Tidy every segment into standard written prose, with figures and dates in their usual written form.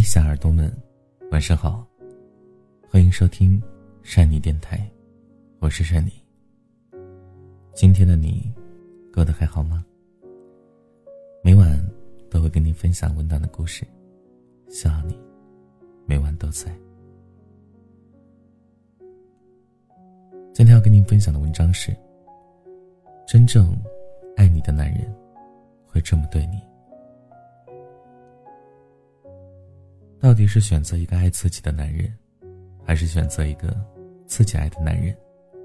小耳朵们，晚上好，欢迎收听善妮电台，我是善妮。今天的你过得还好吗？每晚都会跟你分享温暖的故事，希望你每晚都在。今天要跟您分享的文章是：真正爱你的男人会这么对你。到底是选择一个爱自己的男人，还是选择一个自己爱的男人？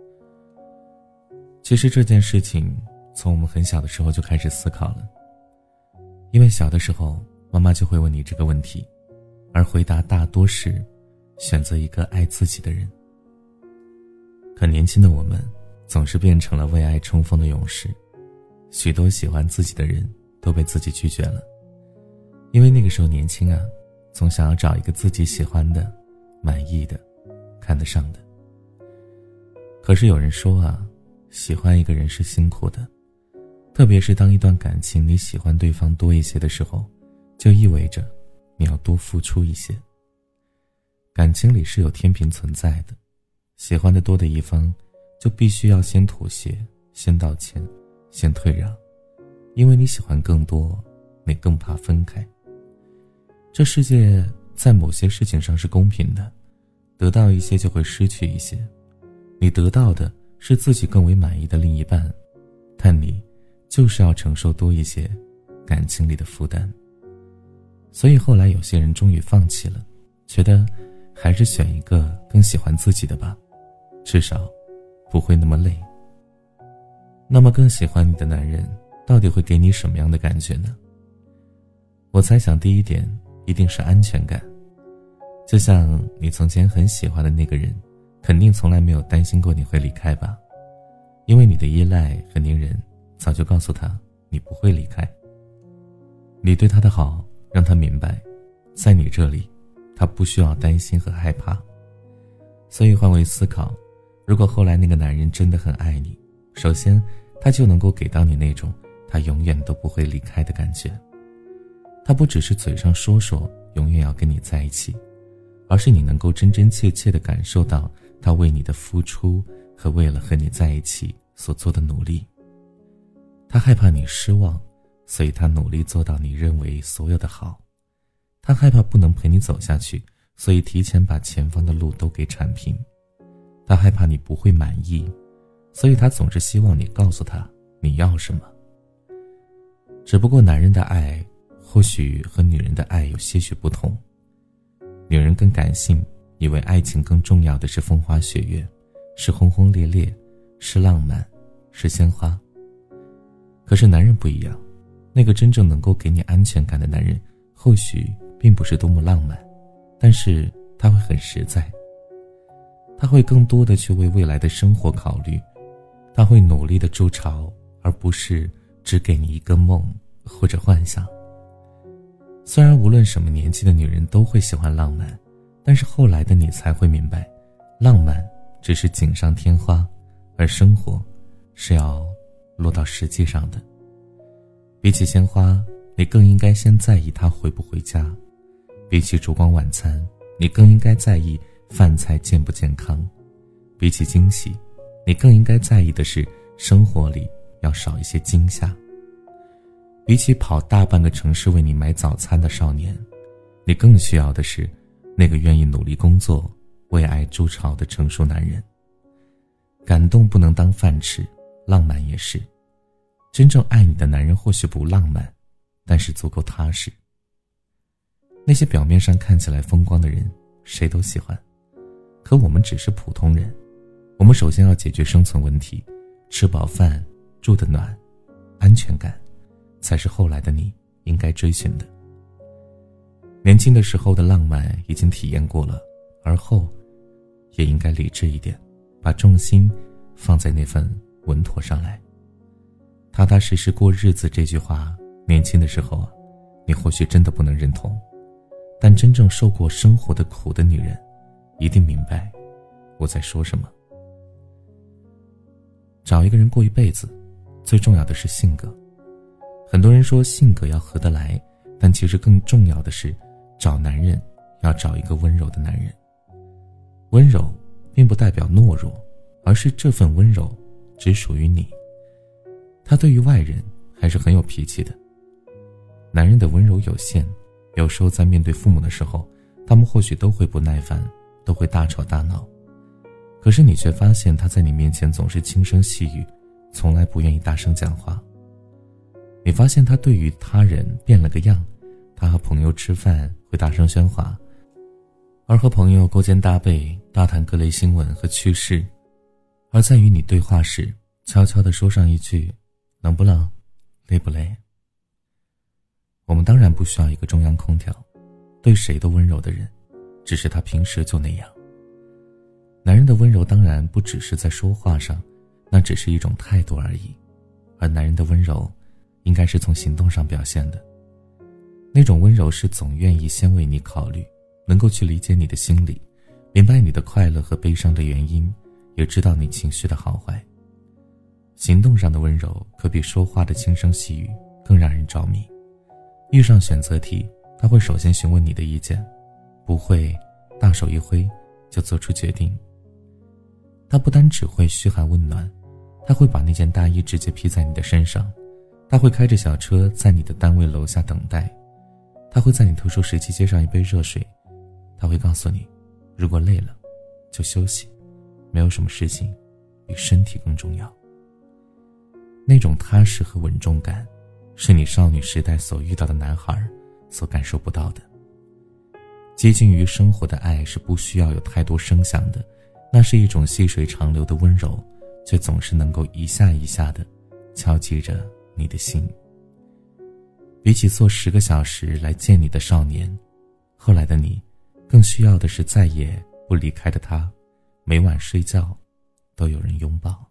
其实这件事情从我们很小的时候就开始思考了，因为小的时候妈妈就会问你这个问题，而回答大多是选择一个爱自己的人。可年轻的我们总是变成了为爱冲锋的勇士，许多喜欢自己的人都被自己拒绝了，因为那个时候年轻啊，总想要找一个自己喜欢的、满意的、看得上的。可是有人说啊，喜欢一个人是辛苦的，特别是当一段感情你喜欢对方多一些的时候，就意味着你要多付出一些。感情里是有天平存在的，喜欢的多的一方就必须要先妥协，先道歉，先退让，因为你喜欢更多，你更怕分开。这世界在某些事情上是公平的，得到一些就会失去一些。你得到的是自己更为满意的另一半，但你就是要承受多一些感情里的负担。所以后来有些人终于放弃了，觉得还是选一个更喜欢自己的吧，至少不会那么累。那么更喜欢你的男人到底会给你什么样的感觉呢？我猜想第一点一定是安全感。就像你从前很喜欢的那个人，肯定从来没有担心过你会离开吧，因为你的依赖和粘人早就告诉他你不会离开。你对他的好让他明白，在你这里他不需要担心和害怕。所以换位思考，如果后来那个男人真的很爱你，首先他就能够给到你那种他永远都不会离开的感觉。他不只是嘴上说说永远要跟你在一起，而是你能够真真切切地感受到他为你的付出和为了和你在一起所做的努力。他害怕你失望，所以他努力做到你认为所有的好。他害怕不能陪你走下去，所以提前把前方的路都给铲平。他害怕你不会满意，所以他总是希望你告诉他你要什么。只不过男人的爱或许和女人的爱有些许不同。女人更感性，以为爱情更重要的是风花雪月，是轰轰烈烈，是浪漫，是鲜花。可是男人不一样，那个真正能够给你安全感的男人，或许并不是多么浪漫，但是他会很实在。他会更多的去为未来的生活考虑，他会努力的筑巢，而不是只给你一个梦或者幻想。虽然无论什么年纪的女人都会喜欢浪漫，但是后来的你才会明白，浪漫只是锦上添花，而生活是要落到实际上的。比起鲜花，你更应该先在意他回不回家；比起烛光晚餐，你更应该在意饭菜健不健康；比起惊喜，你更应该在意的是生活里要少一些惊吓。比起跑大半个城市为你买早餐的少年，你更需要的是那个愿意努力工作、为爱筑巢的成熟男人。感动不能当饭吃，浪漫也是。真正爱你的男人或许不浪漫，但是足够踏实。那些表面上看起来风光的人，谁都喜欢，可我们只是普通人。我们首先要解决生存问题，吃饱饭，住得暖，安全感才是后来的你应该追寻的。年轻的时候的浪漫已经体验过了，而后也应该理智一点，把重心放在那份稳妥上来。踏踏实实过日子这句话，年轻的时候啊，你或许真的不能认同，但真正受过生活的苦的女人一定明白我在说什么。找一个人过一辈子，最重要的是性格。很多人说性格要合得来，但其实更重要的是找男人要找一个温柔的男人。温柔并不代表懦弱，而是这份温柔只属于你。他对于外人还是很有脾气的。男人的温柔有限，有时候在面对父母的时候，他们或许都会不耐烦，都会大吵大闹，可是你却发现他在你面前总是轻声细语，从来不愿意大声讲话。你发现他对于他人变了个样，他和朋友吃饭会大声喧哗，而和朋友勾肩搭背，大谈各类新闻和趣事，而在与你对话时悄悄地说上一句冷不冷，累不累。我们当然不需要一个中央空调，对谁都温柔的人，只是他平时就那样。男人的温柔当然不只是在说话上，那只是一种态度而已，而男人的温柔应该是从行动上表现的。那种温柔是总愿意先为你考虑，能够去理解你的心理，明白你的快乐和悲伤的原因，也知道你情绪的好坏。行动上的温柔可比说话的轻声细语更让人着迷。遇上选择题，他会首先询问你的意见，不会大手一挥就做出决定。他不单只会嘘寒问暖，他会把那件大衣直接披在你的身上，他会开着小车在你的单位楼下等待，他会在你特殊时期接上一杯热水，他会告诉你，如果累了就休息，没有什么事情比身体更重要。那种踏实和稳重感，是你少女时代所遇到的男孩所感受不到的。接近于生活的爱是不需要有太多声响的，那是一种细水长流的温柔，却总是能够一下一下的敲击着你的心。比起坐10个小时来见你的少年，后来的你更需要的是再也不离开的他，每晚睡觉都有人拥抱。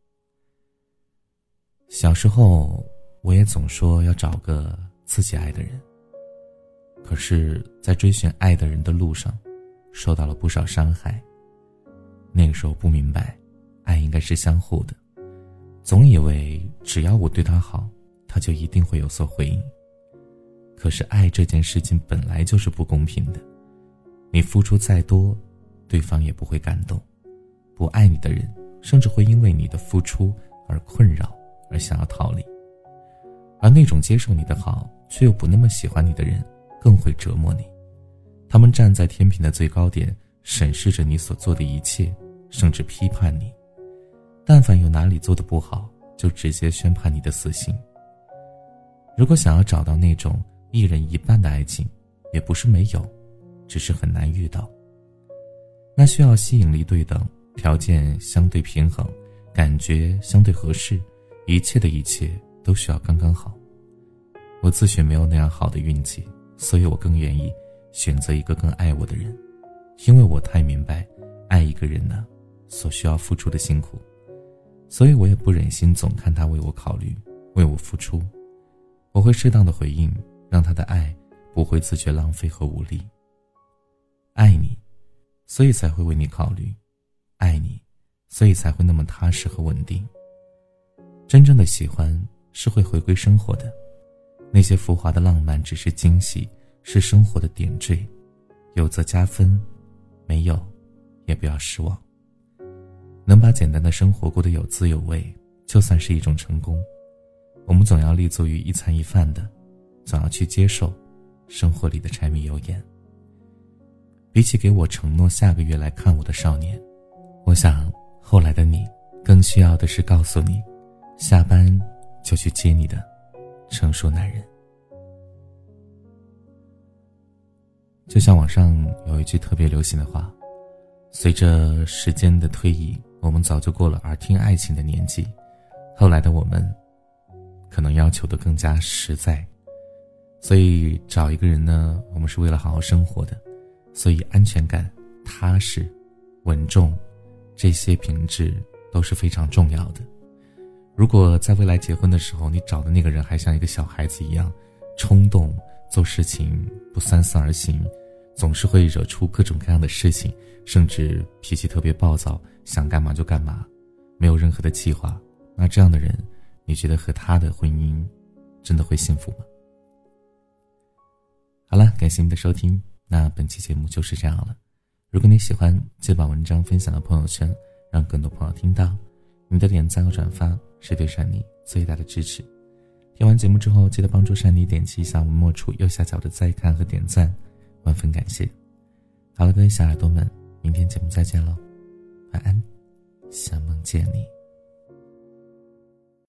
小时候我也总说要找个自己爱的人，可是在追寻爱的人的路上受到了不少伤害。那个时候不明白爱应该是相互的，总以为只要我对他好，他就一定会有所回应。可是爱这件事情本来就是不公平的，你付出再多，对方也不会感动。不爱你的人甚至会因为你的付出而困扰，而想要逃离。而那种接受你的好却又不那么喜欢你的人更会折磨你。他们站在天平的最高点，审视着你所做的一切，甚至批判你。但凡有哪里做得不好，就直接宣判你的死刑。如果想要找到那种一人一半的爱情，也不是没有，只是很难遇到。那需要吸引力对等，条件相对平衡，感觉相对合适，一切的一切都需要刚刚好。我自诩没有那样好的运气，所以我更愿意选择一个更爱我的人，因为我太明白爱一个人呢所需要付出的辛苦，所以我也不忍心总看他为我考虑，为我付出。我会适当的回应，让他的爱不会自觉浪费和无力。爱你，所以才会为你考虑，爱你，所以才会那么踏实和稳定。真正的喜欢是会回归生活的，那些浮华的浪漫只是惊喜，是生活的点缀，有则加分，没有也不要失望。能把简单的生活过得有滋有味，就算是一种成功。我们总要立足于一餐一饭的，总要去接受生活里的柴米油盐。比起给我承诺下个月来看我的少年，我想后来的你更需要的是告诉你，下班就去接你的成熟男人。就像网上有一句特别流行的话，随着时间的推移，我们早就过了耳听爱情的年纪，后来的我们可能要求的更加实在。所以找一个人呢，我们是为了好好生活的，所以安全感、踏实、稳重，这些品质都是非常重要的。如果在未来结婚的时候，你找的那个人还像一个小孩子一样冲动，做事情不三思而行，总是会惹出各种各样的事情，甚至脾气特别暴躁，想干嘛就干嘛，没有任何的计划，那这样的人，你觉得和他的婚姻真的会幸福吗？ 好了，感谢你的收听，那本期节目就是这样了。如果你喜欢，记得把文章分享到朋友圈，让更多朋友听到。你的点赞和转发是对珊妮最大的支持。听完节目之后，记得帮助珊妮点击一下文末处右下角的再看和点赞，万分感谢。好了，各位小耳朵们，明天节目再见喽，晚安，想梦见你。